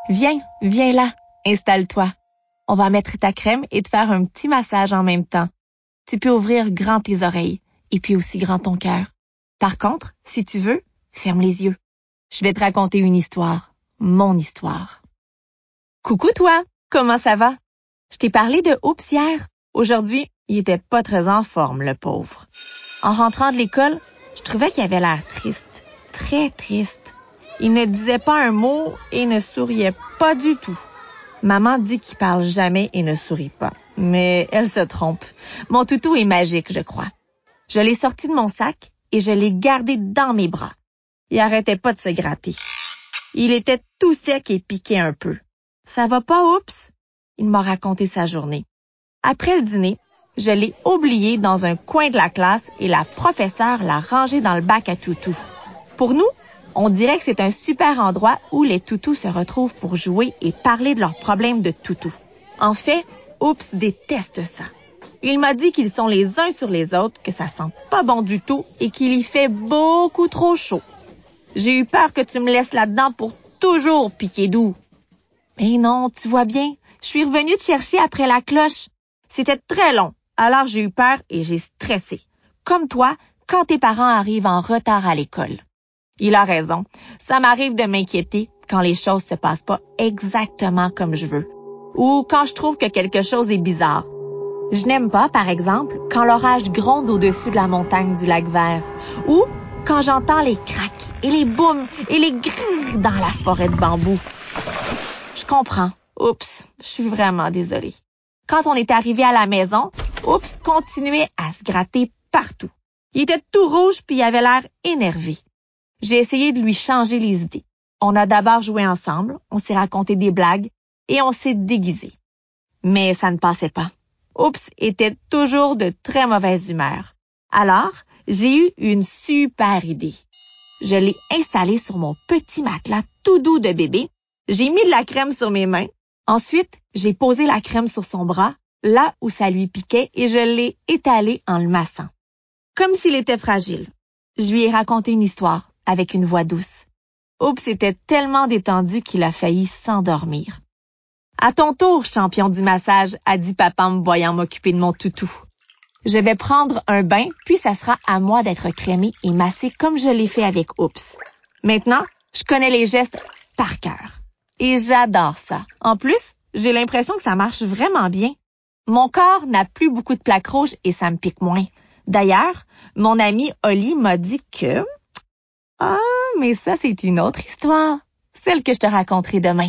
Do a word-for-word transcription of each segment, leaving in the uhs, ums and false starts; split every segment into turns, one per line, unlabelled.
Viens, viens là, installe-toi. On va mettre ta crème et te faire un petit massage en même temps. Tu peux ouvrir grand tes oreilles et puis aussi grand ton cœur. Par contre, si tu veux, ferme les yeux. Je vais te raconter une histoire, mon histoire. Coucou toi, comment ça va? Je t'ai parlé de Oups hier. Aujourd'hui, il était pas très en forme, le pauvre. En rentrant de l'école, je trouvais qu'il avait l'air triste, très triste. Il ne disait pas un mot et ne souriait pas du tout. Maman dit qu'il parle jamais et ne sourit pas, mais elle se trompe. Mon toutou est magique, je crois. Je l'ai sorti de mon sac et je l'ai gardé dans mes bras. Il arrêtait pas de se gratter. Il était tout sec et piqué un peu. Ça va pas, oups? Il m'a raconté sa journée. Après le dîner, je l'ai oublié dans un coin de la classe et la professeure l'a rangé dans le bac à toutous. Pour nous, on dirait que c'est un super endroit où les toutous se retrouvent pour jouer et parler de leurs problèmes de toutou. En fait, Oups déteste ça. Il m'a dit qu'ils sont les uns sur les autres, que ça sent pas bon du tout et qu'il y fait beaucoup trop chaud. J'ai eu peur que tu me laisses là-dedans pour toujours, Piquet-Doux. Mais non, tu vois bien, je suis revenue te chercher après la cloche. C'était très long, alors j'ai eu peur et j'ai stressé. Comme toi, quand tes parents arrivent en retard à l'école. Il a raison, ça m'arrive de m'inquiéter quand les choses se passent pas exactement comme je veux. Ou quand je trouve que quelque chose est bizarre. Je n'aime pas, par exemple, quand l'orage gronde au-dessus de la montagne du lac Vert. Ou quand j'entends les craques et les boums et les grrrr dans la forêt de bambou. Je comprends. Oups, je suis vraiment désolée. Quand on est arrivé à la maison, Oups continuait à se gratter partout. Il était tout rouge puis il avait l'air énervé. J'ai essayé de lui changer les idées. On a d'abord joué ensemble, on s'est raconté des blagues et on s'est déguisé. Mais ça ne passait pas. Oups était toujours de très mauvaise humeur. Alors, j'ai eu une super idée. Je l'ai installé sur mon petit matelas tout doux de bébé. J'ai mis de la crème sur mes mains. Ensuite, j'ai posé la crème sur son bras, là où ça lui piquait, et je l'ai étalé en le massant. Comme s'il était fragile. Je lui ai raconté une histoire, avec une voix douce. Oups était tellement détendu qu'il a failli s'endormir. « À ton tour, champion du massage », a dit papa en me voyant m'occuper de mon toutou. Je vais prendre un bain, puis ça sera à moi d'être crémé et massé comme je l'ai fait avec Oups. Maintenant, je connais les gestes par cœur. Et j'adore ça. En plus, j'ai l'impression que ça marche vraiment bien. Mon corps n'a plus beaucoup de plaques rouges et ça me pique moins. D'ailleurs, mon amie Oli m'a dit que... Ah, mais ça, c'est une autre histoire. Celle que je te raconterai demain.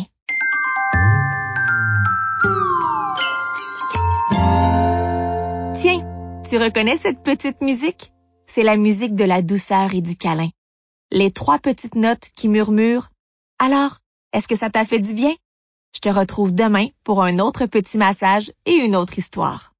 Tiens, tu reconnais cette petite musique? C'est la musique de la douceur et du câlin. Les trois petites notes qui murmurent. Alors, est-ce que ça t'a fait du bien? Je te retrouve demain pour un autre petit massage et une autre histoire.